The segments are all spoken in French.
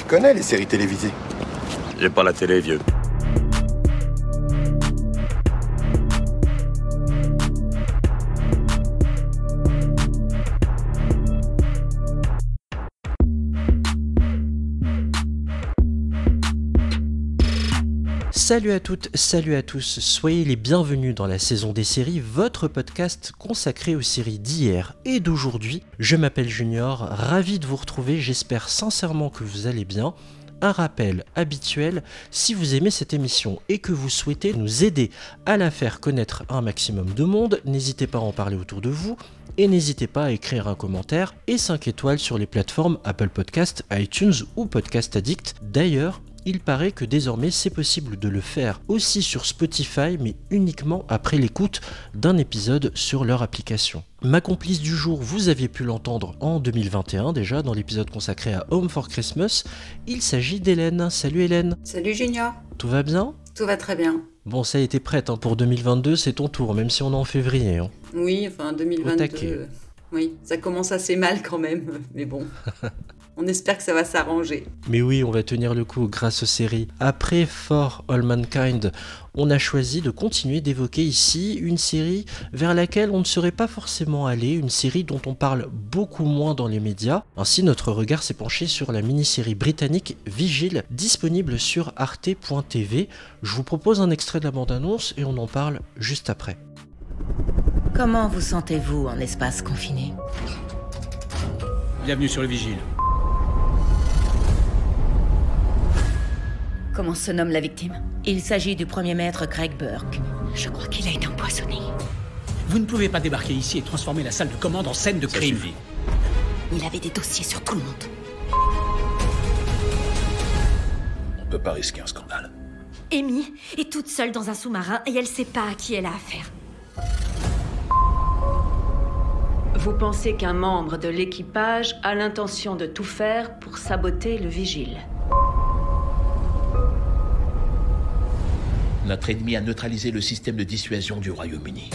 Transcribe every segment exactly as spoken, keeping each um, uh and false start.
connais les séries télévisées. J'ai pas la télé, vieux. Salut à toutes, salut à tous, soyez les bienvenus dans la saison des séries, votre podcast consacré aux séries d'hier et d'aujourd'hui. Je m'appelle Junior, ravi de vous retrouver, j'espère sincèrement que vous allez bien. Un rappel habituel, si vous aimez cette émission et que vous souhaitez nous aider à la faire connaître un maximum de monde, n'hésitez pas à en parler autour de vous. Et n'hésitez pas à écrire un commentaire et cinq étoiles sur les plateformes Apple Podcast, iTunes ou Podcast Addict. D'ailleurs, il paraît que désormais c'est possible de le faire aussi sur Spotify, mais uniquement après l'écoute d'un épisode sur leur application. Ma complice du jour, vous aviez pu l'entendre en deux mille vingt et un déjà dans l'épisode consacré à Home for Christmas. Il s'agit d'Hélène. Salut Hélène. Salut Junior. Tout va bien ? Tout va très bien. Bon, ça a été prête hein, pour deux mille vingt-deux, c'est ton tour, même si on est en février. Hein. Oui, enfin deux mille vingt-deux, euh, oui, ça commence assez mal quand même, mais bon. On espère que ça va s'arranger. Mais oui, on va tenir le coup grâce aux séries. Après For All Mankind, on a choisi de continuer d'évoquer ici une série vers laquelle on ne serait pas forcément allé, une série dont on parle beaucoup moins dans les médias. Ainsi, notre regard s'est penché sur la mini-série britannique Vigil, disponible sur arte point t v. Je vous propose un extrait de la bande-annonce et on en parle juste après. Comment vous sentez-vous en espace confiné ? Bienvenue sur le Vigile. Comment se nomme la victime ? Il s'agit du premier maître Greg Burke. Je crois qu'il a été empoisonné. Vous ne pouvez pas débarquer ici et transformer la salle de commande en scène de Ça crime. suffit. Il avait des dossiers sur tout le monde. On peut pas risquer un scandale. Amy est toute seule dans un sous-marin et elle sait pas à qui elle a affaire. Vous pensez qu'un membre de l'équipage a l'intention de tout faire pour saboter le Vigile. Notre ennemi a neutralisé le système de dissuasion du Royaume-Uni.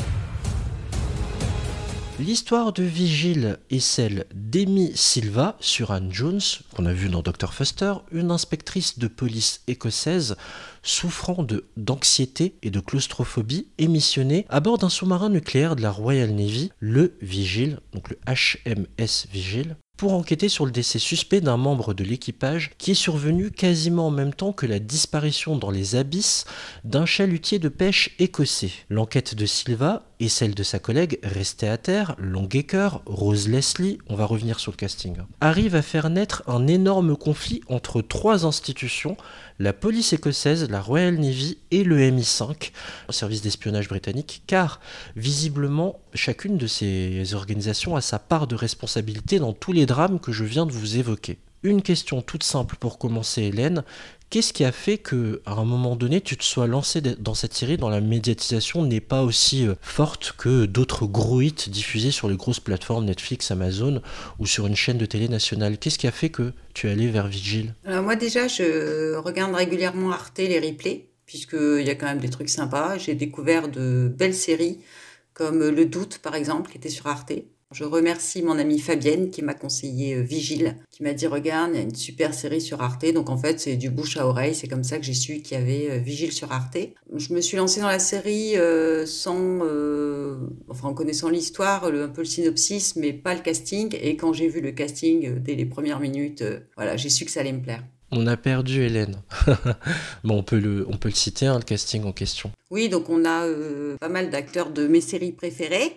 L'histoire de Vigil est celle d'Amy Silva, Suran Jones, qu'on a vu dans docteur Foster, une inspectrice de police écossaise souffrant de, d'anxiété et de claustrophobie et missionnée à bord d'un sous-marin nucléaire de la Royal Navy, le Vigil, donc le H M S Vigil, pour enquêter sur le décès suspect d'un membre de l'équipage qui est survenu quasiment en même temps que la disparition dans les abysses d'un chalutier de pêche écossais. L'enquête de Silva et celle de sa collègue restée à terre, Longacre, Rose Leslie, on va revenir sur le casting, arrive à faire naître un énorme conflit entre trois institutions, la police écossaise, la Royal Navy et le M I cinq, le service d'espionnage britannique, car visiblement chacune de ces organisations a sa part de responsabilité dans tous les drames que je viens de vous évoquer. Une question toute simple pour commencer Hélène, qu'est-ce qui a fait que, à un moment donné, tu te sois lancé dans cette série dont la médiatisation n'est pas aussi forte que d'autres gros hits diffusés sur les grosses plateformes Netflix, Amazon ou sur une chaîne de télé nationale ? Qu'est-ce qui a fait que tu es allé vers Vigil ? Alors moi déjà, je regarde régulièrement Arte les replays, puisqu'il y a quand même des trucs sympas. J'ai découvert de belles séries, comme Le Doute par exemple, qui était sur Arte. Je remercie mon amie Fabienne qui m'a conseillé Vigil, qui m'a dit « Regarde, il y a une super série sur Arte ». Donc en fait, c'est du bouche à oreille. C'est comme ça que j'ai su qu'il y avait Vigil sur Arte. Je me suis lancée dans la série euh, sans... Euh, enfin, en connaissant l'histoire, le, un peu le synopsis, mais pas le casting. Et quand j'ai vu le casting euh, dès les premières minutes, euh, voilà, j'ai su que ça allait me plaire. On a perdu Hélène. Bon, on peut le, on peut le citer, hein, le casting en question. Oui, donc on a euh, pas mal d'acteurs de mes séries préférées.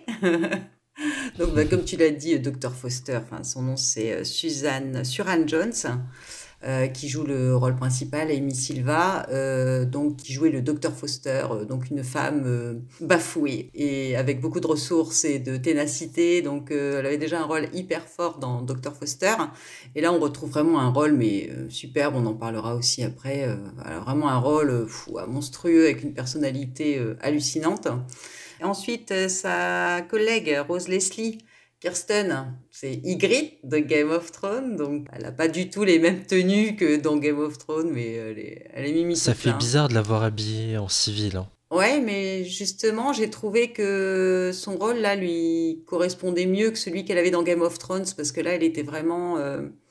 Donc, bah, comme tu l'as dit, docteur Foster, enfin, son nom c'est euh, Suzanne, Suran Jones, euh, qui joue le rôle principal, Amy Silva, euh, donc, qui jouait le docteur Foster, euh, donc une femme euh, bafouée et avec beaucoup de ressources et de ténacité. Donc, euh, elle avait déjà un rôle hyper fort dans docteur Foster. Et là, on retrouve vraiment un rôle, mais euh, superbe, on en parlera aussi après. Euh, voilà, vraiment un rôle euh, fou, monstrueux avec une personnalité euh, hallucinante. Et ensuite, euh, sa collègue Rose Leslie, Kirsten, c'est Ygritte de Game of Thrones, donc elle n'a pas du tout les mêmes tenues que dans Game of Thrones, mais elle est, elle est mimi. Ça fait bizarre de l'avoir habillée en civil. Hein. Ouais, mais justement, j'ai trouvé que son rôle là lui correspondait mieux que celui qu'elle avait dans Game of Thrones, parce que là, elle était vraiment, euh,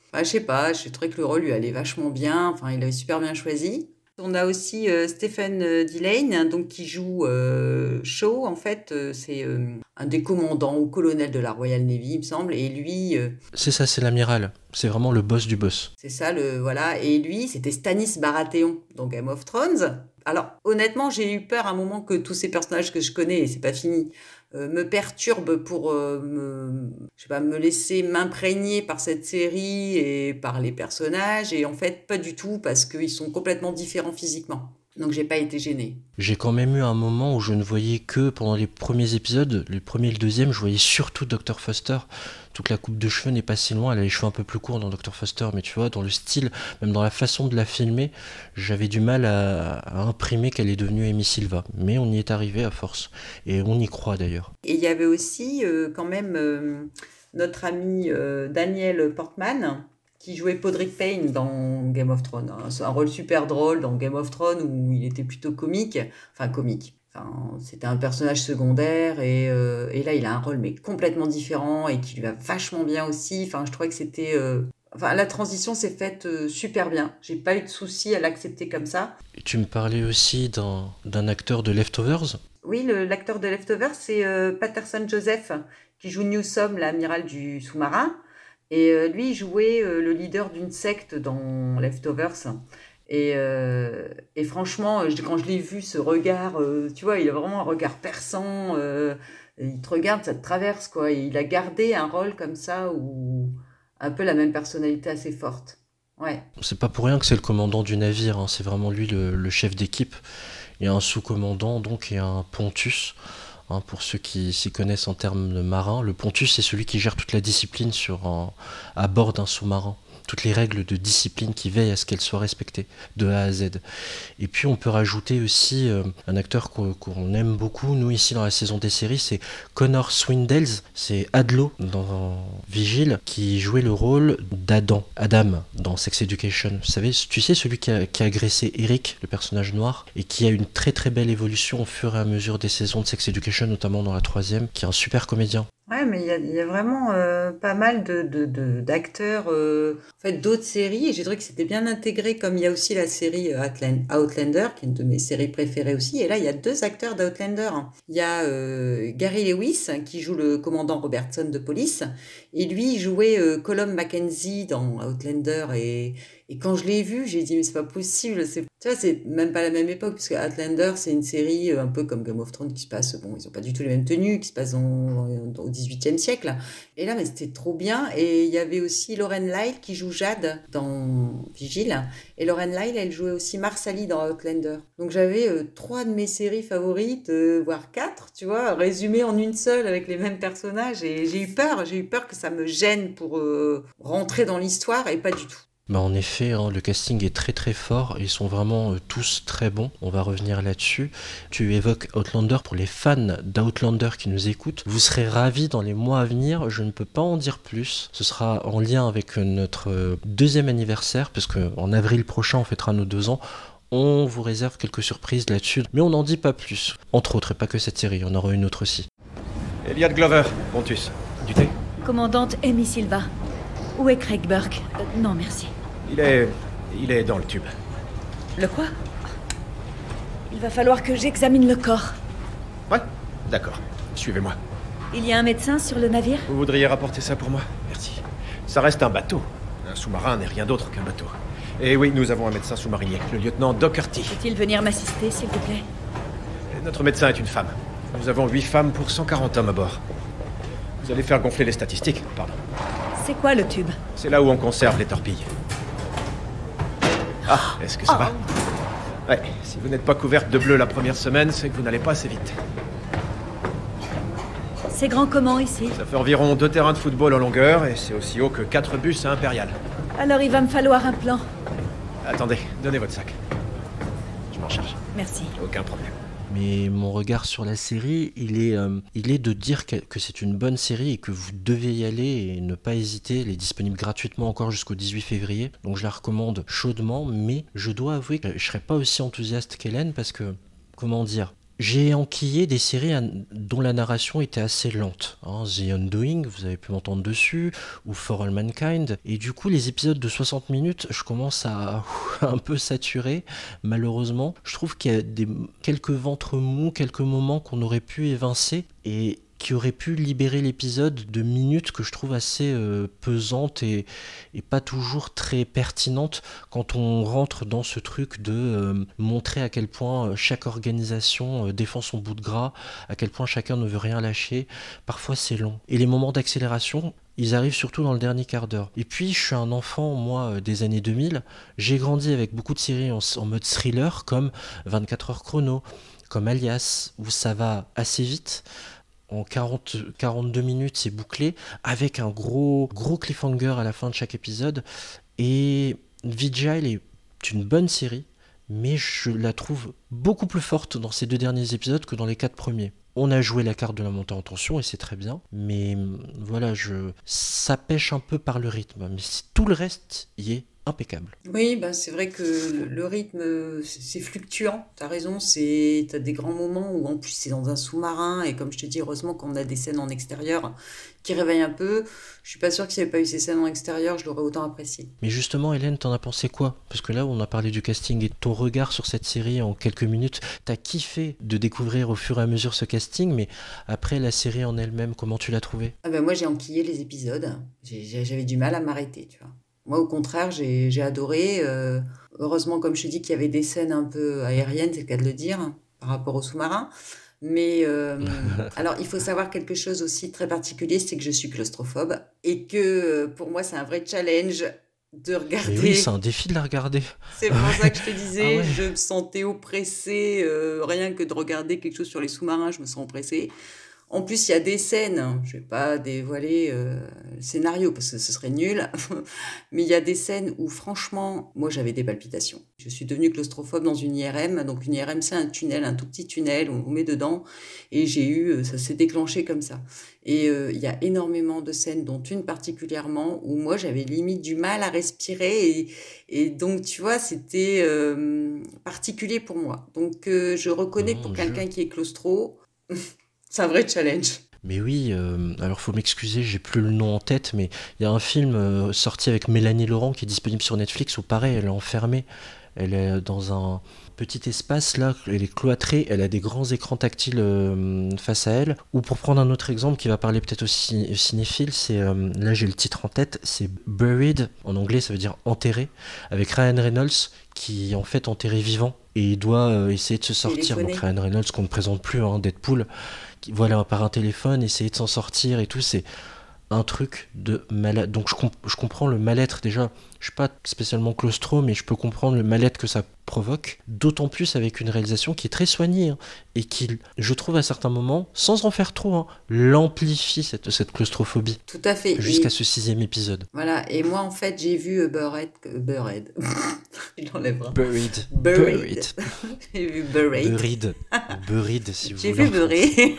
Bah, je sais pas, j'ai trouvé que le rôle lui allait vachement bien, enfin il avait super bien choisi. On a aussi euh, Stephen euh, Dillane, donc qui joue euh, Shaw, en fait, euh, c'est euh, un des commandants ou colonels de la Royal Navy, il me semble, et lui, euh, C'est ça, c'est l'amiral. C'est vraiment le boss du boss. c'est ça, le voilà, et lui, c'était Stannis Baratheon dans Game of Thrones. Alors, honnêtement, j'ai eu peur à un moment que tous ces personnages que je connais, et c'est pas fini, euh, me perturbent pour euh, me, je sais pas, me laisser m'imprégner par cette série et par les personnages, et en fait, pas du tout, parce qu'ils sont complètement différents physiquement. Donc, j'ai pas été gênée. J'ai quand même eu un moment où je ne voyais que, pendant les premiers épisodes, les premiers et le deuxième, je voyais surtout docteur Foster. Toute la coupe de cheveux n'est pas si loin, elle a les cheveux un peu plus courts dans docteur Foster, mais tu vois, dans le style, même dans la façon de la filmer, j'avais du mal à, à imprimer qu'elle est devenue Amy Silva. Mais on y est arrivé à force, et on y croit d'ailleurs. Et il y avait aussi euh, quand même euh, notre ami euh, Daniel Portman qui jouait Podrick Payne dans Game of Thrones. hein. C'est un rôle super drôle dans Game of Thrones où il était plutôt comique. Enfin, comique. Enfin, c'était un personnage secondaire et, euh, et là, il a un rôle mais complètement différent et qui lui va vachement bien aussi. Enfin, je trouvais que c'était... euh, Enfin, la transition s'est faite euh, super bien. J'ai pas eu de souci à l'accepter comme ça. Et tu me parlais aussi d'un, d'un acteur de Leftovers. Oui, le- l'acteur de Leftovers, c'est euh, Patterson Joseph, qui joue Newsom, l'amiral du sous-marin. Et euh, lui, il jouait euh, le leader d'une secte dans Leftovers. Et, euh, et franchement, euh, je- quand je l'ai vu, ce regard, euh, tu vois, il a vraiment un regard perçant. euh, il te regarde, ça te traverse, quoi. Et il a gardé un rôle comme ça, où un peu la même personnalité assez forte. Ouais. C'est pas pour rien que c'est le commandant du navire, hein, c'est vraiment lui le, le chef d'équipe. Il y a un sous-commandant, donc, et un Pontus. Hein, pour ceux qui s'y connaissent en termes de marin, le Pontus, c'est celui qui gère toute la discipline sur un- à bord d'un sous-marin. Toutes les règles de discipline qui veillent à ce qu'elles soient respectées, de A à Z. Et puis on peut rajouter aussi euh, un acteur qu'on, qu'on aime beaucoup, nous ici dans la saison des séries, c'est Connor Swindells, c'est Adlo dans Vigile, qui jouait le rôle d'Adam, Adam dans Sex Education. Vous savez, tu sais, celui qui a, qui a agressé Eric, le personnage noir, et qui a une très très belle évolution au fur et à mesure des saisons de Sex Education, notamment dans la troisième, qui est un super comédien. Ouais, mais il y a, il y a vraiment euh, pas mal de, de, de- d'acteurs, euh, en fait, d'autres séries, et j'ai trouvé que c'était bien intégré, comme il y a aussi la série euh, Outland- Outlander, qui est une de mes séries préférées aussi, et là, il y a deux acteurs d'Outlander. Il y a euh, Gary Lewis, qui joue le commandant Robertson de police, et lui, il jouait euh, Colum Mackenzie dans Outlander, et, et quand je l'ai vu, j'ai dit, mais c'est pas possible, c'est, tu vois, c'est même pas la même époque, parce que Outlander, c'est une série euh, un peu comme Game of Thrones qui se passe, bon, ils ont pas du tout les mêmes tenues, qui se passe dans, dans- au dix-huitième siècle. Et là, mais c'était trop bien. Et il y avait aussi Lauren Lyle qui joue Jade dans Vigile. Et Lauren Lyle, elle jouait aussi Marsali dans Outlander. Donc j'avais euh, trois de mes séries favorites, euh, voire quatre, tu vois, résumées en une seule avec les mêmes personnages. Et j'ai eu peur, j'ai eu peur que ça me gêne pour euh, rentrer dans l'histoire, et pas du tout. Bah en effet, hein, le casting est très très fort, ils sont vraiment euh, tous très bons, on va revenir là-dessus. Tu évoques Outlander, pour les fans d'Outlander qui nous écoutent, vous serez ravis dans les mois à venir, je ne peux pas en dire plus, ce sera en lien avec euh, notre euh, deuxième anniversaire, parce qu'en avril prochain on fêtera nos deux ans, on vous réserve quelques surprises là-dessus, mais on n'en dit pas plus. Entre autres, et pas que cette série, il y en aura une autre aussi. Elliot Glover, Pontus. Du thé? Commandante Amy Silva. Où est Craig Burke Euh, Non, merci. Il est... il est dans le tube. Le quoi? Il va falloir que j'examine le corps. Ouais, d'accord. Suivez-moi. Il y a un médecin sur le navire? Vous voudriez rapporter ça pour moi? Merci. Ça reste un bateau. Un sous-marin n'est rien d'autre qu'un bateau. Et oui, nous avons un médecin sous-marinier, le lieutenant Docherty. Peut-il venir m'assister, s'il vous plaît? Notre médecin est une femme. Nous avons huit femmes pour cent quarante hommes à bord. Vous allez faire gonfler les statistiques, pardon. C'est quoi le tube? C'est là où on conserve les torpilles. Ah, est-ce que ça va? Ouais, si vous n'êtes pas couverte de bleu la première semaine, c'est que vous n'allez pas assez vite. C'est grand comment ici? Ça fait environ deux terrains de football en longueur et c'est aussi haut que quatre bus à Impérial. Alors il va me falloir un plan. Attendez, donnez votre sac. Je m'en charge. Merci. Aucun problème. Mais mon regard sur la série, il est, euh, il est de dire que, que c'est une bonne série et que vous devez y aller et ne pas hésiter. Elle est disponible gratuitement encore jusqu'au dix-huit février, donc je la recommande chaudement. Mais je dois avouer que je serais pas aussi enthousiaste qu'Hélène parce que, comment dire, J'ai enquillé des séries dont la narration était assez lente. Hein, The Undoing, vous avez pu m'entendre dessus, ou For All Mankind. Et du coup, les épisodes de soixante minutes, je commence à un peu saturer, malheureusement. Je trouve qu'il y a des, quelques ventres mous, quelques moments qu'on aurait pu évincer, et qui aurait pu libérer l'épisode de minutes que je trouve assez euh, pesantes et, et pas toujours très pertinentes quand on rentre dans ce truc de euh, montrer à quel point chaque organisation euh, défend son bout de gras, à quel point chacun ne veut rien lâcher. Parfois c'est long. Et les moments d'accélération, ils arrivent surtout dans le dernier quart d'heure. Et puis, je suis un enfant, moi, des années deux mille. J'ai grandi avec beaucoup de séries en, en mode thriller, comme vingt-quatre heures chrono, comme Alias, où ça va assez vite. En quarante, quarante-deux minutes, c'est bouclé, avec un gros, gros cliffhanger à la fin de chaque épisode. Et Vigile est une bonne série, mais je la trouve beaucoup plus forte dans ces deux derniers épisodes que dans les quatre premiers. On a joué la carte de la montée en tension et c'est très bien, mais voilà, je... ça pêche un peu par le rythme, mais tout le reste y est impeccable. Oui, bah c'est vrai que le, le rythme, c'est, c'est fluctuant, t'as raison, c'est, t'as des grands moments où en plus c'est dans un sous-marin, et comme je te dis, heureusement qu'on a des scènes en extérieur qui réveillent un peu. Je suis pas sûre que s'il n'y avait pas eu ces scènes en extérieur, je l'aurais autant apprécié. Mais justement, Hélène, t'en as pensé quoi ? Parce que là, on a parlé du casting et ton regard sur cette série en quelques minutes, t'as kiffé de découvrir au fur et à mesure ce casting, mais après la série en elle-même, comment tu l'as trouvée ? Ah ben moi, j'ai enquillé les épisodes, j'ai, j'avais du mal à m'arrêter, tu vois. Moi, au contraire, j'ai, j'ai adoré. Euh, heureusement, comme je te dis, qu'il y avait des scènes un peu aériennes, c'est le cas de le dire, hein, par rapport au sous-marin. Mais euh, alors, il faut savoir quelque chose aussi très particulier, c'est que je suis claustrophobe et que pour moi, c'est un vrai challenge de regarder. Mais oui, c'est un défi de la regarder. C'est pour ça que je te disais, ah ouais. je me sentais oppressée, euh, rien que de regarder quelque chose sur les sous-marins, je me sens oppressée. En plus, il y a des scènes, je ne vais pas dévoiler euh, le scénario parce que ce serait nul, mais il y a des scènes où franchement, moi j'avais des palpitations. Je suis devenue claustrophobe dans une I R M, donc une I R M c'est un tunnel, un tout petit tunnel, on vous met dedans, et j'ai eu, ça s'est déclenché comme ça. Et euh, il y a énormément de scènes, dont une particulièrement, où moi j'avais limite du mal à respirer, et, et donc tu vois, c'était euh, particulier pour moi. Donc euh, je reconnais que pour quelqu'un qui est claustro... C'est un vrai challenge. Mais oui, euh, alors faut m'excuser, j'ai plus le nom en tête, mais il y a un film euh, sorti avec Mélanie Laurent qui est disponible sur Netflix où pareil, elle est enfermée, elle est dans un petit espace là, elle est cloîtrée, elle a des grands écrans tactiles euh, face à elle. Ou pour prendre un autre exemple qui va parler peut-être aussi aux cinéphiles, c'est, euh, là j'ai le titre en tête, c'est Buried, en anglais ça veut dire enterré, avec Ryan Reynolds qui est en fait enterré vivant et il doit euh, essayer de se sortir. Donc Ryan Reynolds qu'on ne présente plus, hein, Deadpool, qui, voilà, par un téléphone, essayer de s'en sortir et tout, c'est un truc de malade. Donc je, comp- je comprends le mal-être déjà. Je suis pas spécialement claustro, mais je peux comprendre le mal-être que ça provoque. D'autant plus avec une réalisation qui est très soignée hein, et qui, je trouve à certains moments, sans en faire trop, hein, l'amplifie cette, cette claustrophobie. Tout à fait. Jusqu'à et... ce sixième épisode. Voilà. Et moi en fait j'ai vu uh, Buried. Uh, Buried. Il enlèvera. Buried. Buried. Buried. J'ai vu Buried. Buried. Buried si vous j'ai voulez. Vu Buried.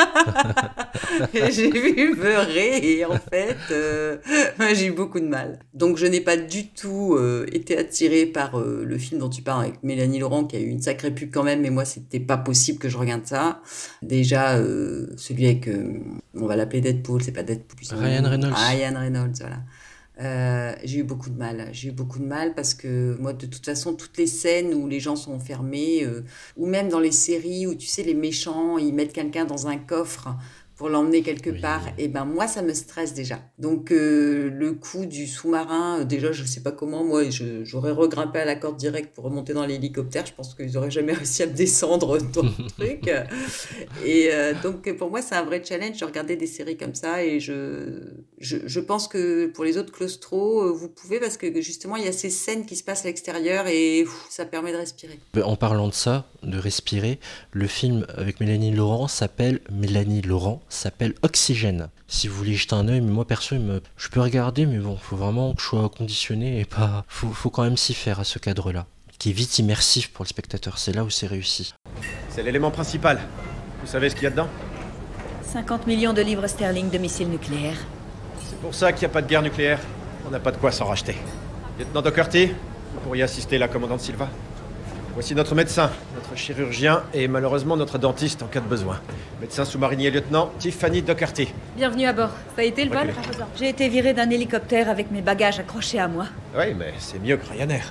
J'ai vu Buried et en fait euh, j'ai eu beaucoup de mal. Donc je n'ai pas du tout euh, été attirée par euh, le film dont tu parles avec Mélanie Laurent qui a eu une sacrée pub quand même, mais moi c'était pas possible que je regarde ça. Déjà euh, celui avec euh, on va l'appeler Deadpool, c'est pas Deadpool. Ryan Reynolds. Ryan Reynolds, voilà. Euh, j'ai eu beaucoup de mal, j'ai eu beaucoup de mal parce que moi de toute façon toutes les scènes où les gens sont enfermés euh, ou même dans les séries où tu sais les méchants ils mettent quelqu'un dans un coffre pour l'emmener quelque oui. part, et ben moi ça me stresse déjà. Donc euh, le coup du sous-marin, euh, déjà je sais pas comment, moi je, j'aurais regrimpé à la corde directe pour remonter dans l'hélicoptère, je pense qu'ils auraient jamais réussi à me descendre dans le truc. Et euh, donc pour moi c'est un vrai challenge de regarder des séries comme ça, et je, je, je pense que pour les autres claustros, vous pouvez, parce que justement il y a ces scènes qui se passent à l'extérieur et pff, ça permet de respirer. En parlant de ça, de respirer, le film avec Mélanie Laurent s'appelle Mélanie Laurent s'appelle Oxygène. Si vous voulez jeter un œil, mais moi perso, il me... je peux regarder, mais bon, faut vraiment que je sois conditionné et pas. Faut, faut quand même s'y faire à ce cadre-là, qui est vite immersif pour le spectateur. C'est là où c'est réussi. C'est l'élément principal. Vous savez ce qu'il y a dedans ? cinquante millions de livres sterling de missiles nucléaires. C'est pour ça qu'il n'y a pas de guerre nucléaire. On n'a pas de quoi s'en racheter. Lieutenant Docherty, vous pourriez assister la commandante Silva. Voici notre médecin, notre notre chirurgien et malheureusement notre dentiste en cas de besoin. Médecin sous-marinier lieutenant Tiffany Doherty. Bienvenue à bord. Ça a été le vol? Reculez. J'ai été virée d'un hélicoptère avec mes bagages accrochés à moi. Oui, mais c'est mieux que Ryanair.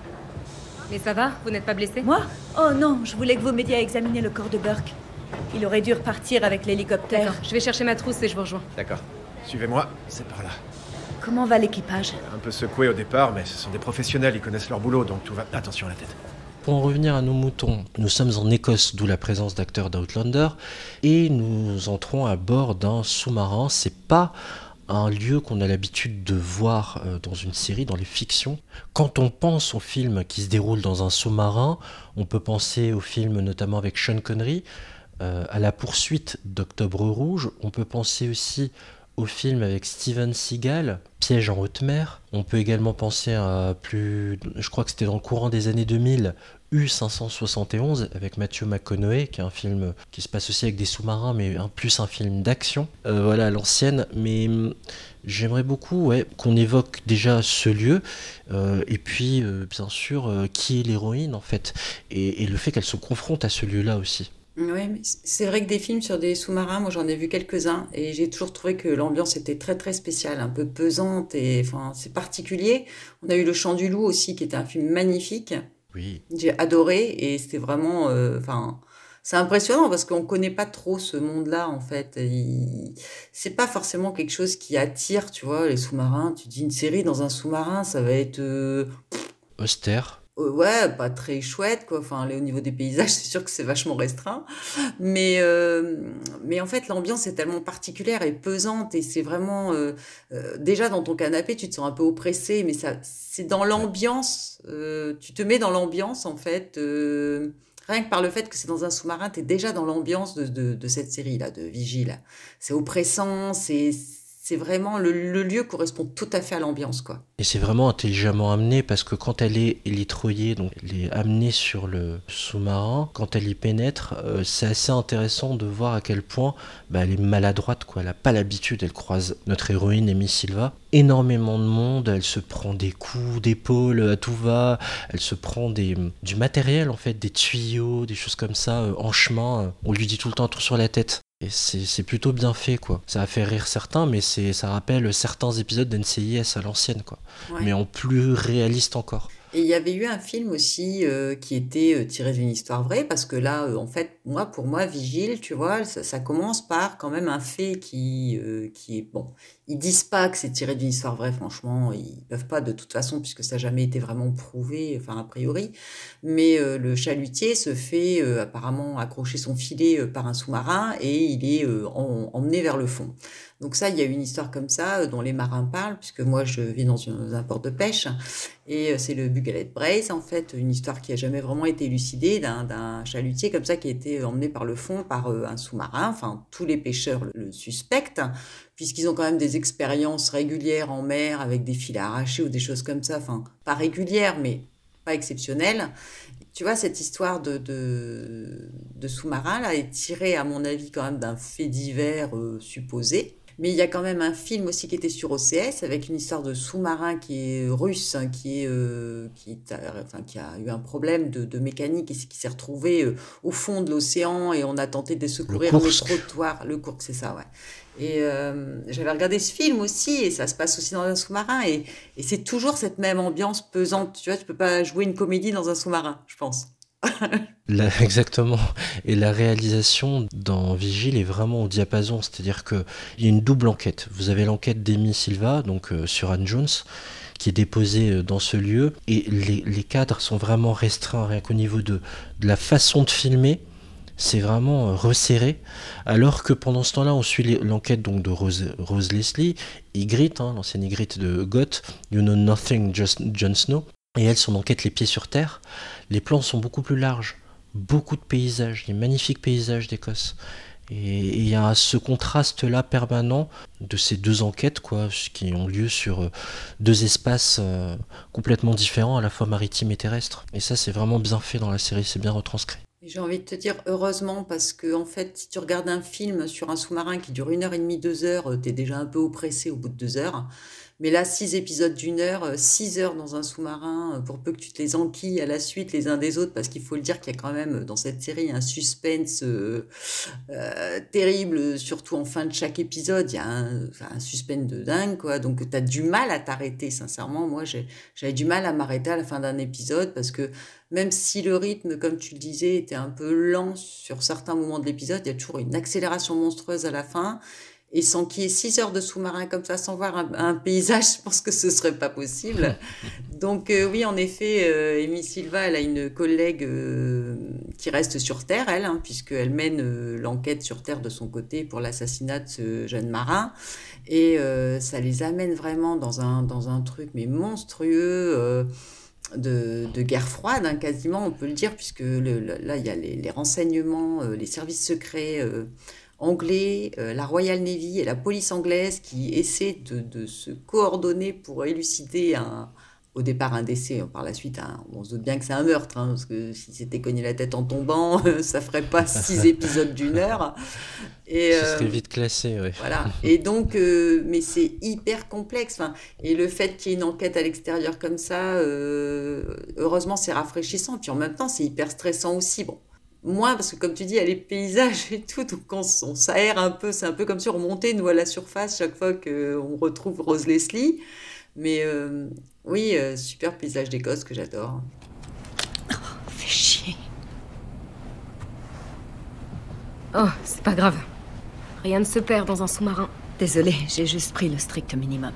Mais ça va? Vous n'êtes pas blessé? Moi? Oh non, je voulais que vous m'aidiez à examiner le corps de Burke. Il aurait dû repartir avec l'hélicoptère. D'accord, je vais chercher ma trousse et je vous rejoins. D'accord. Suivez-moi, c'est par là. Comment va l'équipage? Un peu secoué au départ, mais ce sont des professionnels, ils connaissent leur boulot, donc tout va... Attention à la tête. Pour en revenir à nos moutons, nous sommes en Écosse, d'où la présence d'acteurs d'Outlander, et nous entrons à bord d'un sous-marin. C'est pas un lieu qu'on a l'habitude de voir euh, dans une série, dans les fictions. Quand on pense aux films qui se déroulent dans un sous-marin, on peut penser aux films notamment avec Sean Connery, euh, à la poursuite d'Octobre Rouge. On peut penser aussi au film avec Steven Seagal, Piège en haute mer. On peut également penser à plus, je crois que c'était dans le courant des années deux mille, U cinq cent soixante et onze avec Matthew McConaughey, qui est un film qui se passe aussi avec des sous-marins, mais un plus un film d'action. Euh, voilà, à l'ancienne. Mais hum, j'aimerais beaucoup ouais, qu'on évoque déjà ce lieu, euh, et puis euh, bien sûr euh, qui est l'héroïne en fait, et, et le fait qu'elle se confronte à ce lieu-là aussi. Oui, mais c'est vrai que des films sur des sous-marins, moi j'en ai vu quelques-uns et j'ai toujours trouvé que l'ambiance était très très spéciale, un peu pesante et enfin c'est particulier. On a eu Le Chant du Loup aussi qui était un film magnifique. Oui. J'ai adoré et c'était vraiment, euh, enfin c'est impressionnant parce qu'on connaît pas trop ce monde-là en fait. Il... C'est pas forcément quelque chose qui attire, tu vois, les sous-marins. Tu dis une série dans un sous-marin, ça va être euh, Austère. Euh, ouais, pas très chouette, quoi. Enfin, les- au niveau des paysages, c'est sûr que c'est vachement restreint. Mais, euh, mais en fait, l'ambiance est tellement particulière et pesante et c'est vraiment... euh, euh, déjà, dans ton canapé, tu te sens un peu oppressé, mais ça, c'est dans l'ambiance. Euh, tu te mets dans l'ambiance, en fait. euh, rien que par le fait que c'est dans un sous-marin, tu es déjà dans l'ambiance de, de, de cette série-là, de Vigile. C'est oppressant, c'est... C'est vraiment... Le, le lieu correspond tout à fait à l'ambiance, quoi. Et c'est vraiment intelligemment amené parce que quand elle est élitroyée, donc elle est amenée sur le sous-marin, quand elle y pénètre, euh, c'est assez intéressant de voir à quel point bah, elle est maladroite, quoi. Elle n'a pas l'habitude, elle croise notre héroïne Amy Silva. Énormément de monde, elle se prend des coups d'épaule à tout va, elle se prend des, du matériel en fait, des tuyaux, des choses comme ça euh, en chemin. euh, On lui dit tout le temps un tour sur la tête. Et c'est c'est plutôt bien fait, quoi. Ça a fait rire certains, mais c'est ça rappelle certains épisodes d'N C I S à l'ancienne, quoi. Ouais. Mais en plus réaliste encore. Et il y avait eu un film aussi euh, qui était euh, tiré d'une histoire vraie, parce que là, euh, en fait, moi, pour moi, Vigile, tu vois, ça, ça commence par quand même un fait qui, euh, qui est bon. Ils disent pas que c'est tiré d'une histoire vraie, franchement, ils peuvent pas de toute façon, puisque ça n'a jamais été vraiment prouvé, enfin a priori. Mais euh, le chalutier se fait euh, apparemment accrocher son filet euh, par un sous-marin et il est euh, en- emmené vers le fond. Donc ça, il y a une histoire comme ça euh, dont les marins parlent, puisque moi je vis dans, une- dans un port de pêche, et euh, c'est le Bugalet Brace, en fait, une histoire qui a jamais vraiment été élucidée d'un d'un chalutier comme ça qui a été emmené par le fond par euh, un sous-marin. Enfin, tous les pêcheurs le, le suspectent, puisqu'ils ont quand même des expériences régulières en mer avec des fils à arracher ou des choses comme ça. Enfin, pas régulières, mais pas exceptionnelles. Tu vois, cette histoire de, de, de sous-marin là est tirée, à mon avis, quand même d'un fait divers euh, supposé. Mais il y a quand même un film aussi qui était sur O C S avec une histoire de sous-marin qui est russe, hein, qui, est, euh, qui, est, euh, enfin, qui a eu un problème de, de mécanique et qui s'est retrouvé euh, au fond de l'océan et on a tenté de les secourir, mais Kursk. trop tard. Le Kursk, c'est ça, ouais. Et euh, j'avais regardé ce film aussi et ça se passe aussi dans un sous-marin et, et c'est toujours cette même ambiance pesante. Tu vois, tu peux pas jouer une comédie dans un sous-marin, je pense. La- exactement. Et la réalisation dans Vigile est vraiment au diapason, c'est-à-dire qu'il y a une double enquête. Vous avez l'enquête d'Amy Silva, donc euh, sur Anne Jones, qui est déposée euh, dans ce lieu, et les, les cadres sont vraiment restreints, rien qu'au niveau de, de la façon de filmer, c'est vraiment euh, resserré, alors que pendant ce temps-là, on suit les- l'enquête donc de Rose, Rose Leslie, Ygritte, hein, l'ancienne Ygritte de Goth, You Know Nothing, just Jon Snow, et elle, son enquête les pieds sur terre. Les plans sont beaucoup plus larges, beaucoup de paysages, des magnifiques paysages d'Écosse. Et il y a ce contraste-là permanent de ces deux enquêtes, quoi, qui ont lieu sur euh, deux espaces euh, complètement différents, à la fois maritimes et terrestres. Et ça, c'est vraiment bien fait dans la série, c'est bien retranscrit. Et j'ai envie de te dire heureusement parce que en fait, si tu regardes un film sur un sous-marin qui dure une heure et demie, deux heures, euh, t'es déjà un peu oppressé au bout de deux heures. Mais là, six épisodes d'une heure, euh, six heures dans un sous-marin, euh, pour peu que tu te les enquilles à la suite les uns des autres, parce qu'il faut le dire qu'il y a quand même euh, dans cette série un suspense euh, euh, terrible, surtout en fin de chaque épisode. Il y a un, enfin, un suspense de dingue, quoi. Donc, tu as du mal à t'arrêter, sincèrement. Moi, j'ai, j'avais du mal à m'arrêter à la fin d'un épisode, parce que même si le rythme, comme tu le disais, était un peu lent sur certains moments de l'épisode, il y a toujours une accélération monstrueuse à la fin. Et sans qu'il y ait six heures de sous-marin comme ça, sans voir un, un paysage, je pense que ce serait pas possible. Donc euh, oui, en effet, euh, Amy Silva, elle a une collègue euh, qui reste sur Terre, elle, hein, puisqu'elle mène euh, l'enquête sur Terre de son côté pour l'assassinat de ce jeune marin. Et euh, ça les amène vraiment dans un, dans un truc mais monstrueux, euh, de, de guerre froide, hein, quasiment, on peut le dire, puisque le, le, là, il y a les, les renseignements, euh, les services secrets euh, anglais, euh, la Royal Navy et la police anglaise qui essaient de, de se coordonner pour élucider un, au départ un décès, par la suite, un, on se doute bien que c'est un meurtre, hein, parce que si c'était cogné la tête en tombant, ça ferait pas six épisodes d'une heure. Et ce serait euh, vite classé, oui. Voilà. Et donc, euh, mais c'est hyper complexe. Enfin, et le fait qu'il y ait une enquête à l'extérieur comme ça, euh, heureusement, c'est rafraîchissant. Puis en même temps, c'est hyper stressant aussi. Bon, moins parce que comme tu dis, il y a les paysages et tout, donc on, on s'aère un peu. C'est un peu comme si on remontait nous à la surface chaque fois qu'on retrouve Rose Leslie. Mais euh, oui, euh, super paysage d'Écosse que j'adore. Oh, fais chier. Oh, c'est pas grave. Rien ne se perd dans un sous-marin. Désolée, j'ai juste pris le strict minimum.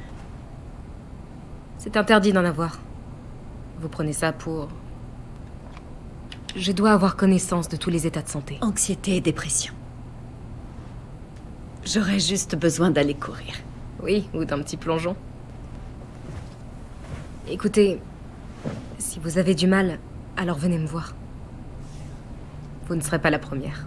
C'est interdit d'en avoir. Vous prenez ça pour... Je dois avoir connaissance de tous les états de santé. Anxiété et dépression. J'aurais juste besoin d'aller courir. Oui, ou d'un petit plongeon. Écoutez, si vous avez du mal, alors venez me voir. Vous ne serez pas la première.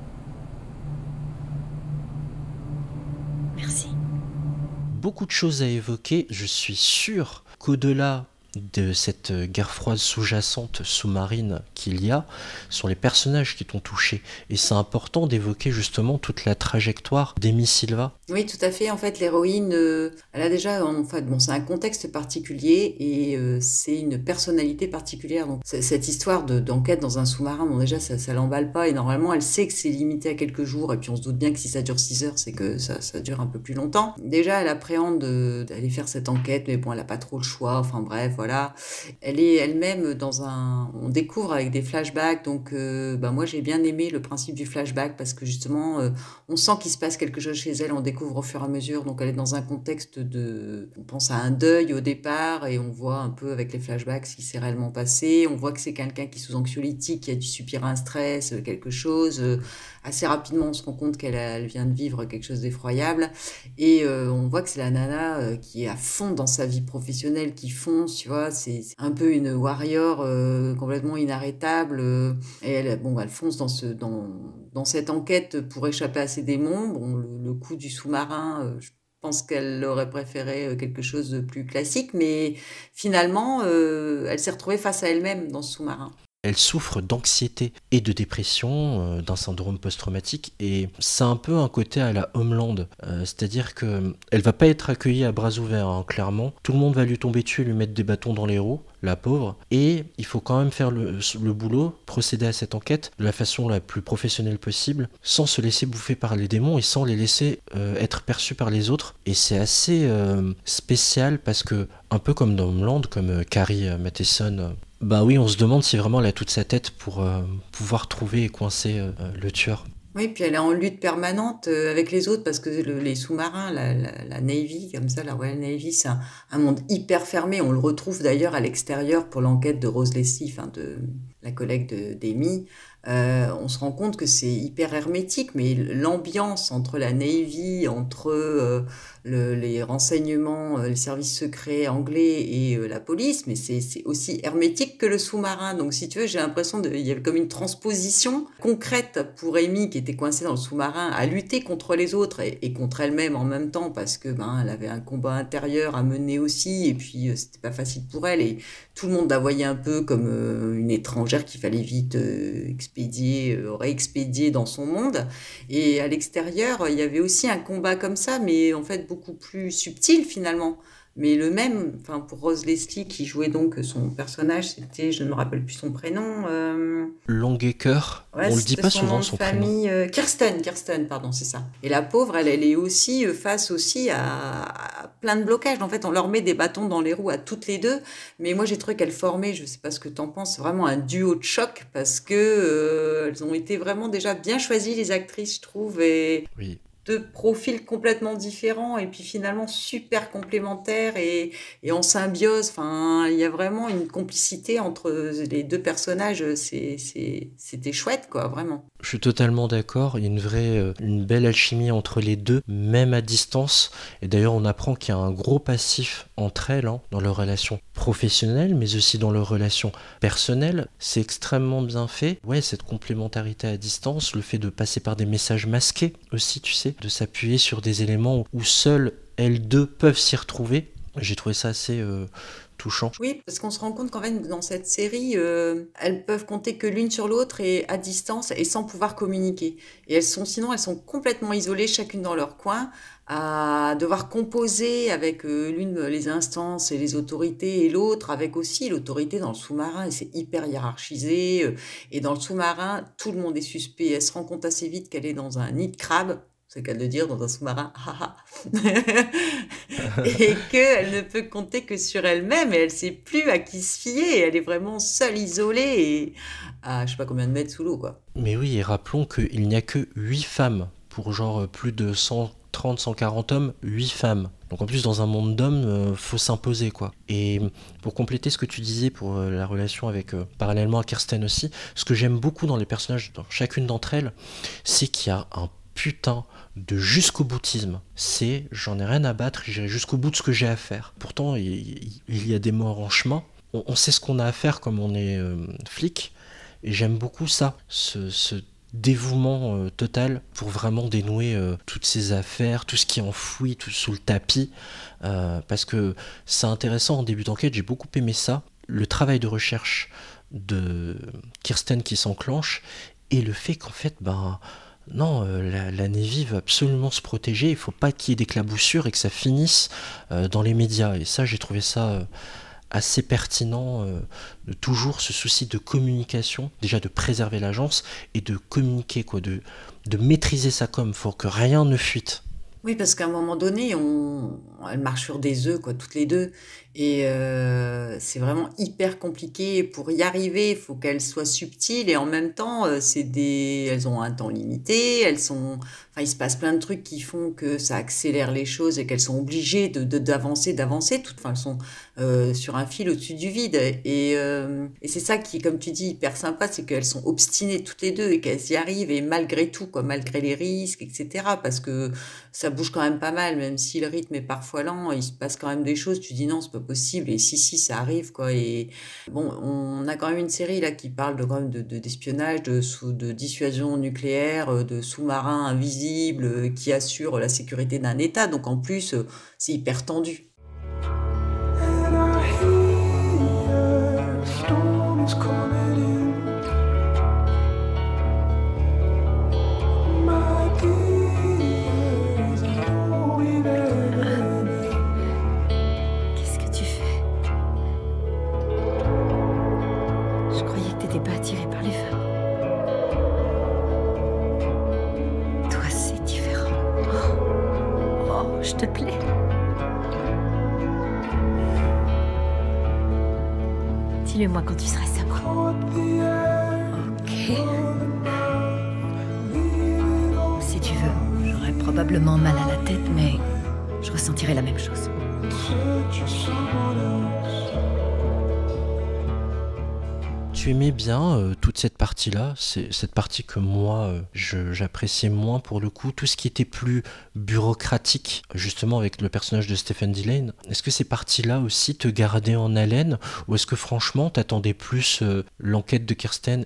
Merci. Beaucoup de choses à évoquer. Je suis sûr qu'au-delà de cette guerre froide sous-jacente sous-marine qu'il y a, sont les personnages qui t'ont touché. Et c'est important d'évoquer justement toute la trajectoire d'Amy Silva. Oui, tout à fait. En fait, l'héroïne, euh, elle a déjà, en fait, bon, c'est un contexte particulier et euh, c'est une personnalité particulière. Donc, cette histoire de, d'enquête dans un sous-marin, bon, déjà, ça, ça l'emballe pas. Et normalement, elle sait que c'est limité à quelques jours. Et puis, on se doute bien que si ça dure six heures, c'est que ça, ça dure un peu plus longtemps. Déjà, elle appréhende de, d'aller faire cette enquête, mais bon, elle a pas trop le choix. Enfin, bref, voilà. Voilà. Elle est elle-même dans un... On découvre avec des flashbacks, donc euh, bah moi j'ai bien aimé le principe du flashback parce que justement euh, on sent qu'il se passe quelque chose chez elle, on découvre au fur et à mesure, donc elle est dans un contexte de... On pense à un deuil au départ et on voit un peu avec les flashbacks ce qui s'est réellement passé, on voit que c'est quelqu'un qui est sous anxiolytique, qui a dû subir un stress, quelque chose... Euh, assez rapidement, on se rend compte qu'elle a, elle vient de vivre quelque chose d'effroyable et euh, on voit que c'est la nana euh, qui est à fond dans sa vie professionnelle, qui fonce, tu vois, c'est, c'est un peu une warrior euh, complètement inarrêtable euh, et elle, bon, elle fonce dans, ce, dans, dans cette enquête pour échapper à ses démons. Bon, le, le coup du sous-marin, euh, je pense qu'elle aurait préféré quelque chose de plus classique, mais finalement, euh, elle s'est retrouvée face à elle-même dans ce sous-marin. Elle souffre d'anxiété et de dépression, euh, d'un syndrome post-traumatique, et c'est un peu un côté à la Homeland, euh, c'est-à-dire qu'elle va pas être accueillie à bras ouverts, hein, clairement. Tout le monde va lui tomber dessus, lui mettre des bâtons dans les roues, la pauvre, et il faut quand même faire le, le boulot, procéder à cette enquête de la façon la plus professionnelle possible, sans se laisser bouffer par les démons et sans les laisser euh, être perçus par les autres. Et c'est assez euh, spécial parce que, un peu comme dans Homeland, comme euh, Carrie euh, Matheson, euh, bah oui, on se demande si vraiment elle a toute sa tête pour euh, pouvoir trouver et coincer euh, le tueur. Oui, puis elle est en lutte permanente euh, avec les autres parce que le, les sous-marins, la, la, la Navy, comme ça, la Royal Navy, c'est un, un monde hyper fermé. On le retrouve d'ailleurs à l'extérieur pour l'enquête de Rose Leslie, enfin de la collègue de, d'Amy. Euh, on se rend compte que c'est hyper hermétique, mais l'ambiance entre la Navy, entre euh, le, les renseignements, euh, les services secrets anglais et euh, la police, mais c'est, c'est aussi hermétique que le sous-marin. Donc si tu veux, j'ai l'impression qu'il y avait comme une transposition concrète pour Amy qui était coincée dans le sous-marin à lutter contre les autres et, et contre elle-même en même temps parce que ben elle avait un combat intérieur à mener aussi et puis euh, c'était pas facile pour elle et tout le monde la voyait un peu comme euh, une étrangère qu'il fallait vite euh, expulser expédié, euh, aurait expédié dans son monde. Et à l'extérieur, il y avait aussi un combat comme ça, mais en fait beaucoup plus subtil finalement. Mais le même, enfin pour Rose Leslie qui jouait donc son personnage, c'était, je ne me rappelle plus son prénom. Euh... Longacre, ouais, on le dit pas son souvent nom son de famille, prénom. Euh, Kirsten, Kirsten, pardon, c'est ça. Et la pauvre, elle, elle est aussi face aussi à, à plein de blocages. En fait, on leur met des bâtons dans les roues à toutes les deux. Mais moi, j'ai trouvé qu'elles formaient, je sais pas ce que t'en penses, vraiment un duo de choc parce que euh, elles ont été vraiment déjà bien choisies les actrices, je trouve. Et... Oui. Deux profils complètement différents et puis finalement super complémentaires et, et en symbiose. Enfin, il y a vraiment une complicité entre les deux personnages. C'est, c'est, c'était chouette, quoi, vraiment. Je suis totalement d'accord. Il y a une vraie, euh, une belle alchimie entre les deux, même à distance. Et d'ailleurs, on apprend qu'il y a un gros passif entre elles, hein, dans leur relation professionnelle, mais aussi dans leur relation personnelle. C'est extrêmement bien fait. Ouais, cette complémentarité à distance, le fait de passer par des messages masqués aussi, tu sais, de s'appuyer sur des éléments où seules elles deux peuvent s'y retrouver. J'ai trouvé ça assez euh, touchant. Oui, parce qu'on se rend compte qu'en fait, dans cette série, euh, elles peuvent compter que l'une sur l'autre et à distance et sans pouvoir communiquer. Et elles sont, sinon, elles sont complètement isolées, chacune dans leur coin, à devoir composer avec euh, l'une les instances et les autorités et l'autre avec aussi l'autorité dans le sous-marin. Et c'est hyper hiérarchisé. Euh, et dans le sous-marin, tout le monde est suspect. Elle se rend compte assez vite qu'elle est dans un nid de crabe. C'est le cas de le dire, dans un sous-marin, et qu'elle ne peut compter que sur elle-même, et elle ne sait plus à qui se fier, elle est vraiment seule, isolée, et à je ne sais pas combien de mètres sous l'eau, quoi. Mais oui, et rappelons qu'il n'y a que huit femmes, pour genre plus de cent trente, cent quarante hommes, huit femmes. Donc en plus, dans un monde d'hommes, euh, faut s'imposer, quoi. Et pour compléter ce que tu disais pour euh, la relation avec, euh, parallèlement à Kirsten aussi, ce que j'aime beaucoup dans les personnages, dans chacune d'entre elles, c'est qu'il y a un putain de jusqu'au boutisme. C'est j'en ai rien à battre, j'irai jusqu'au bout de ce que j'ai à faire. Pourtant, il, il y a des morts en chemin. On, on sait ce qu'on a à faire comme on est euh, flic. Et j'aime beaucoup ça, ce, ce dévouement euh, total pour vraiment dénouer euh, toutes ces affaires, tout ce qui est enfoui tout sous le tapis. Euh, parce que c'est intéressant en début d'enquête, j'ai beaucoup aimé ça. Le travail de recherche de Kirsten qui s'enclenche et le fait qu'en fait, ben... Non, euh, la, la Navy veut absolument se protéger, il ne faut pas qu'il y ait d'éclaboussures et que ça finisse euh, dans les médias. Et ça, j'ai trouvé ça euh, assez pertinent, euh, de toujours ce souci de communication, déjà de préserver l'agence et de communiquer, quoi, de, de maîtriser sa com, il faut que rien ne fuite. Oui, parce qu'à un moment donné, on... elles marchent sur des œufs, quoi, toutes les deux. Et euh, c'est vraiment hyper compliqué. Pour y arriver, il faut qu'elles soient subtiles et en même temps, euh, c'est des... elles ont un temps limité. Elles sont... enfin, il se passe plein de trucs qui font que ça accélère les choses et qu'elles sont obligées de, de, d'avancer, d'avancer. Toutes, enfin, elles sont euh, sur un fil au-dessus du vide. Et, euh, et c'est ça qui, comme tu dis, hyper sympa, c'est qu'elles sont obstinées toutes les deux et qu'elles y arrivent et malgré tout, quoi, malgré les risques, et cetera. Parce que ça bouge quand même pas mal, même si le rythme est parfois lent, il se passe quand même des choses, tu dis non, c'est pas possible, et si, si, ça arrive, quoi. Et bon, on a quand même une série là qui parle de, quand même de, de, d'espionnage, de, sous, de dissuasion nucléaire, de sous-marins invisibles qui assurent la sécurité d'un État, donc en plus, c'est hyper tendu. Dis-le-moi quand tu seras sobre. Ok. Si tu veux, j'aurai probablement mal à la tête, mais je ressentirai la même chose. Tu aimais bien euh, toute cette partie-là, c'est cette partie que moi euh, je, j'appréciais moins pour le coup, tout ce qui était plus bureaucratique, justement avec le personnage de Stephen Dillane. Est-ce que ces parties-là aussi te gardaient en haleine, ou est-ce que franchement t'attendais plus euh, l'enquête de Kirsten et d'Amy ?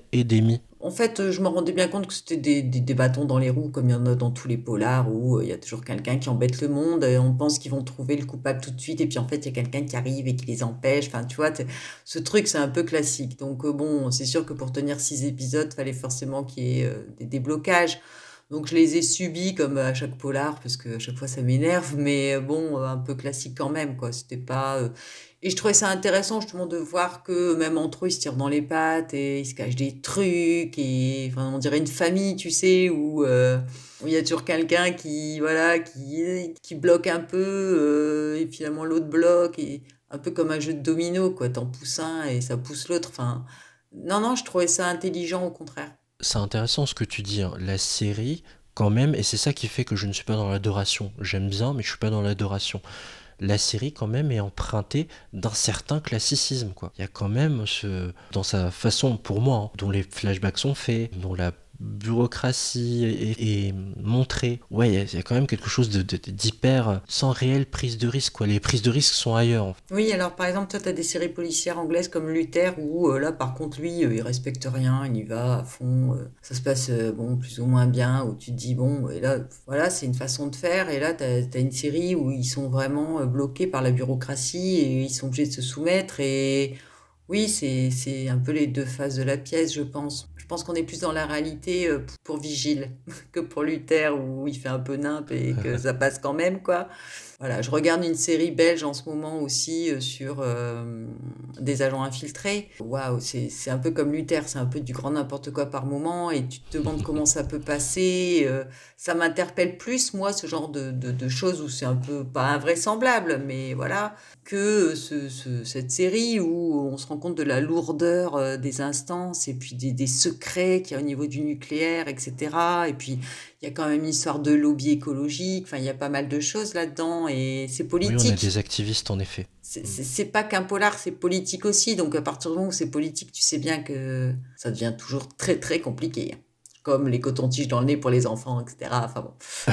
En fait, je me rendais bien compte que c'était des, des, des bâtons dans les roues, comme il y en a dans tous les polars, où il euh, y a toujours quelqu'un qui embête le monde, et on pense qu'ils vont trouver le coupable tout de suite, et puis en fait, il y a quelqu'un qui arrive et qui les empêche. Enfin, tu vois, ce truc, c'est un peu classique. Donc euh, bon, c'est sûr que pour tenir six épisodes, il fallait forcément qu'il y ait euh, des déblocages. Donc je les ai subis comme à chaque polar, parce que à chaque fois ça m'énerve, mais bon, un peu classique quand même, quoi. C'était pas... Euh... Et je trouvais ça intéressant justement de voir que même entre eux, ils se tirent dans les pattes et ils se cachent des trucs, et enfin, on dirait une famille, tu sais, où euh, où il y a toujours quelqu'un qui, voilà, qui, qui bloque un peu, euh, et finalement l'autre bloque, et un peu comme un jeu de domino, quoi. T'en pousses un et ça pousse l'autre. Enfin, non, non, je trouvais ça intelligent au contraire. C'est intéressant ce que tu dis, hein. La série, quand même, et c'est ça qui fait que je ne suis pas dans l'adoration. J'aime bien, mais je suis pas dans l'adoration. La série, quand même, est empruntée d'un certain classicisme, quoi. Il y a quand même ce... dans sa façon, pour moi, hein, dont les flashbacks sont faits, dont la bureaucratie est, est montrée. Ouais, il y, y a quand même quelque chose de, de, d'hyper... sans réelle prise de risque, quoi. Les prises de risque sont ailleurs. Oui, alors par exemple, toi, tu as des séries policières anglaises comme Luther, où euh, là, par contre, lui, euh, il respecte rien, il y va à fond, euh, ça se passe, euh, bon, plus ou moins bien, où tu te dis, bon, et là, voilà, c'est une façon de faire, et là, tu as une série où ils sont vraiment bloqués par la bureaucratie, et ils sont obligés de se soumettre, et... Oui, c'est, c'est un peu les deux faces de la pièce, je pense. Je pense qu'on est plus dans la réalité euh, pour Vigile que pour Luther, où il fait un peu nimp et que ça passe quand même, quoi. Voilà, je regarde une série belge en ce moment aussi euh, sur euh, des agents infiltrés. Waouh, c'est, c'est un peu comme Luther, c'est un peu du grand n'importe quoi par moment, et tu te demandes comment ça peut passer. Euh, ça m'interpelle plus, moi, ce genre de, de, de choses où c'est un peu, pas invraisemblable, mais voilà, que ce, ce, cette série où on se rend compte de la lourdeur euh, des instances, et puis des, des secrets qu'il y a au niveau du nucléaire, et cetera. Et puis, il y a quand même une histoire de lobby écologique, enfin, il y a pas mal de choses là-dedans, et c'est politique. Oui, on a des activistes, en effet. C'est, c'est, c'est pas qu'un polar, c'est politique aussi, donc à partir du moment où c'est politique, tu sais bien que ça devient toujours très très compliqué. Comme les cotons-tiges dans le nez pour les enfants, et cetera. Enfin bon.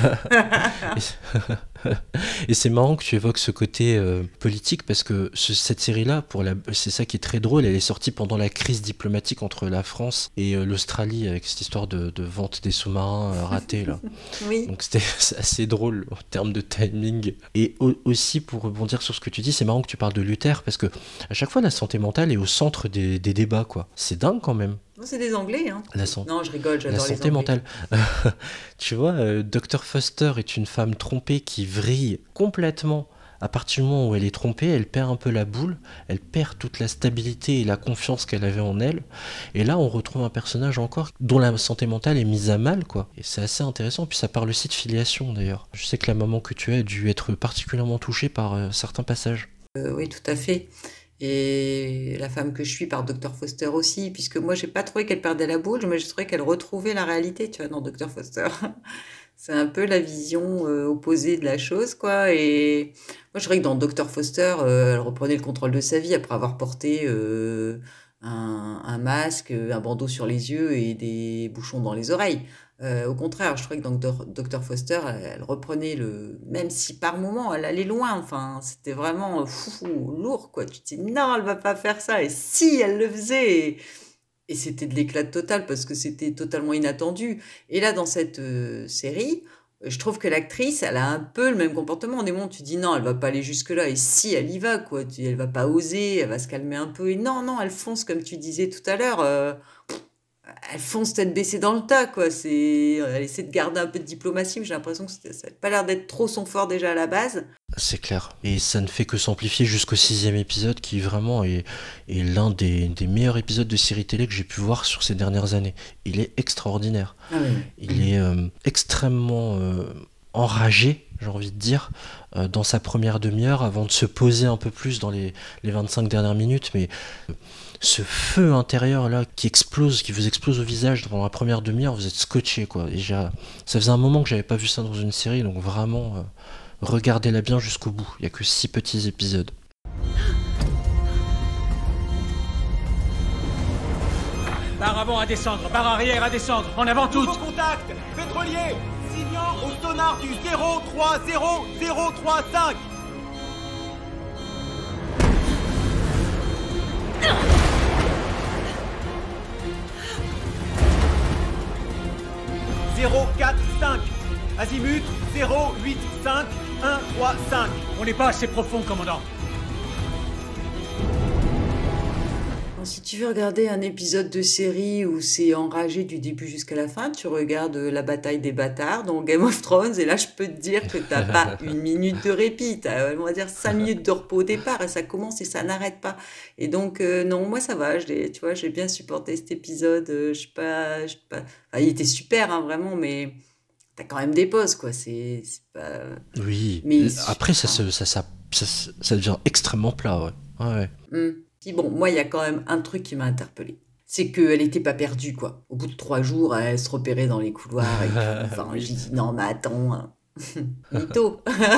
Et c'est marrant que tu évoques ce côté euh, politique, parce que ce, cette série-là, pour la, c'est ça qui est très drôle, elle est sortie pendant la crise diplomatique entre la France et euh, l'Australie, avec cette histoire de, de vente des sous-marins euh, ratés, là. Oui. Donc c'était assez drôle en termes de timing. Et au, aussi, pour rebondir sur ce que tu dis, c'est marrant que tu parles de Luther, parce que à chaque fois, la santé mentale est au centre des, des débats, quoi. C'est dingue quand même. Non, c'est des Anglais, hein. La san- non, je rigole, j'adore la les santé Anglais. mentale. Tu vois, euh, docteur Foster est une femme trompée qui vrille complètement. À partir du moment où elle est trompée, elle perd un peu la boule, elle perd toute la stabilité et la confiance qu'elle avait en elle. Et là, on retrouve un personnage encore dont la santé mentale est mise à mal, quoi. Et c'est assez intéressant. Puis ça parle aussi de filiation, d'ailleurs. Je sais que la maman que tu es a dû être particulièrement touchée par euh, certains passages. Euh, oui, tout à fait. Et la femme que je suis par docteur Foster aussi, puisque moi, j'ai pas trouvé qu'elle perdait la boule, mais j'ai trouvé qu'elle retrouvait la réalité, tu vois, dans docteur Foster. C'est un peu la vision euh, opposée de la chose, quoi. Et moi, je dirais que dans docteur Foster, euh, elle reprenait le contrôle de sa vie après avoir porté euh, un, un masque, un bandeau sur les yeux et des bouchons dans les oreilles. Euh, au contraire, je trouvais que dans docteur Foster, elle, elle reprenait le... Même si par moment, elle allait loin, enfin, c'était vraiment fou, fou, lourd, quoi. Tu te dis, non, elle va pas faire ça. Et si, elle le faisait. Et, et c'était de l'éclat total parce que c'était totalement inattendu. Et là, dans cette euh, série, je trouve que l'actrice, elle a un peu le même comportement. Au moment où tu dis, non, elle va pas aller jusque-là. Et si, elle y va, quoi. Tu, elle va pas oser, elle va se calmer un peu. Et non, non, elle fonce, comme tu disais tout à l'heure. Euh, elle fonce tête baissée dans le tas, quoi. C'est... Elle essaie de garder un peu de diplomatie, mais j'ai l'impression que ça n'a pas l'air d'être trop son fort déjà à la base. C'est clair. Et ça ne fait que s'amplifier jusqu'au sixième épisode, qui vraiment est, est l'un des, des meilleurs épisodes de série télé que j'ai pu voir sur ces dernières années. Il est extraordinaire. Ah oui. Il est euh, extrêmement euh, enragé, j'ai envie de dire, euh, dans sa première demi-heure, avant de se poser un peu plus dans les, les vingt-cinq dernières minutes. Mais euh, ce feu intérieur là qui explose, qui vous explose au visage pendant la première demi-heure, vous êtes scotché, quoi. Et j'ai, ça faisait un moment que j'avais pas vu ça dans une série, donc vraiment, euh, regardez-la bien jusqu'au bout. Il y a que six petits épisodes. Barre avant à descendre, barre arrière à descendre, en avant toutes. Nouveau contact, pétrolier, signant au sonar du zéro trois zéro zéro trois cinq. Azimut zéro huit cinq un trois cinq. On n'est pas assez profond, commandant. Si tu veux regarder un épisode de série où c'est enragé du début jusqu'à la fin, tu regardes la bataille des bâtards dans Game of Thrones, et là je peux te dire que t'as pas une minute de répit, t'as on va dire cinq minutes de repos au départ, et ça commence et ça n'arrête pas. Et donc euh, non, moi ça va, je l'ai- tu vois, j'ai bien supporté cet épisode, euh, je sais pas, je sais pas, enfin, il était super hein, vraiment, mais t'as quand même des pauses quoi, c'est c'est pas. Oui, Mais après ça, se, ça, ça, ça, ça devient extrêmement plat, ouais. Ouais, ouais. Hmm. Si, bon, moi, il y a quand même un truc qui m'a interpellée. C'est qu'elle n'était pas perdue, quoi. Au bout de trois jours, elle se repérait dans les couloirs. Et tout. Enfin, Oui. j'ai dit, non, mais attends. hein. Mytho.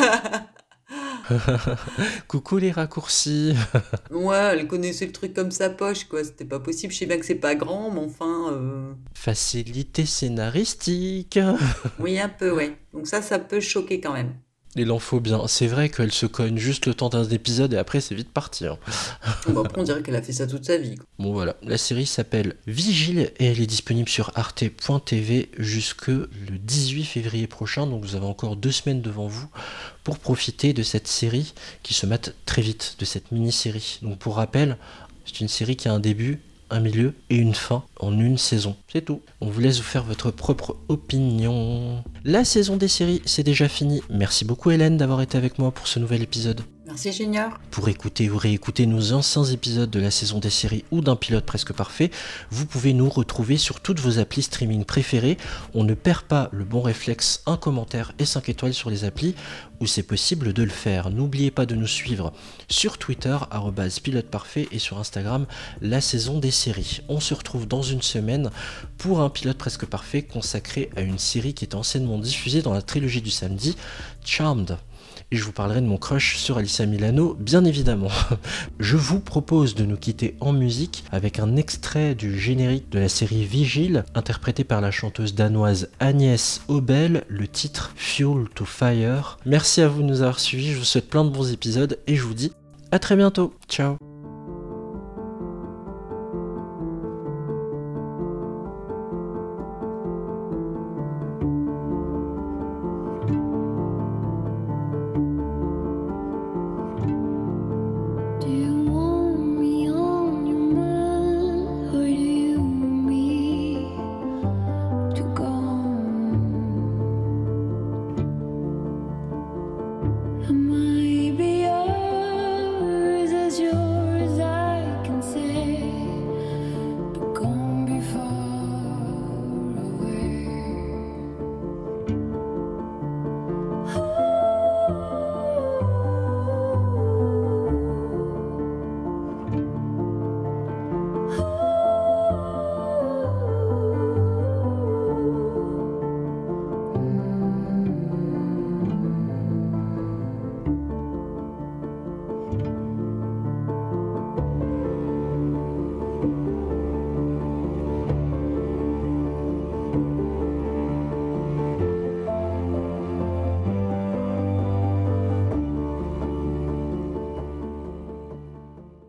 Coucou les raccourcis. Ouais, elle connaissait le truc comme sa poche, quoi. C'était pas possible. Je sais bien que c'est pas grand, mais enfin... euh, Facilité scénaristique. Oui, un peu, ouais. Donc ça, ça peut choquer quand même. Il en faut bien. C'est vrai qu'elle se cogne juste le temps d'un épisode et après c'est vite parti. hein. Bon, après, on dirait qu'elle a fait ça toute sa vie, quoi. Bon voilà, la série s'appelle Vigile et elle est disponible sur arte point t v jusque le dix-huit février prochain. Donc vous avez encore deux semaines devant vous pour profiter de cette série qui se mate très vite, de cette mini-série. Donc pour rappel, c'est une série qui a un début, un milieu et une fin en une saison. C'est tout. On vous laisse vous faire votre propre opinion. La saison des séries, c'est déjà fini. Merci beaucoup Hélène d'avoir été avec moi pour ce nouvel épisode. Merci, Junior. Pour écouter ou réécouter nos anciens épisodes de la saison des séries ou d'un pilote presque parfait, vous pouvez nous retrouver sur toutes vos applis streaming préférées. On ne perd pas le bon réflexe, un commentaire et cinq étoiles sur les applis où c'est possible de le faire. N'oubliez pas de nous suivre sur Twitter, arobase pilote parfait, et sur Instagram, la saison des séries. On se retrouve dans une semaine pour un pilote presque parfait consacré à une série qui est anciennement diffusée dans la trilogie du samedi, Charmed. Et je vous parlerai de mon crush sur Alyssa Milano, bien évidemment. Je vous propose de nous quitter en musique avec un extrait du générique de la série Vigile, interprété par la chanteuse danoise Agnès Obel, le titre Fuel to Fire. Merci à vous de nous avoir suivis, je vous souhaite plein de bons épisodes et je vous dis à très bientôt. Ciao.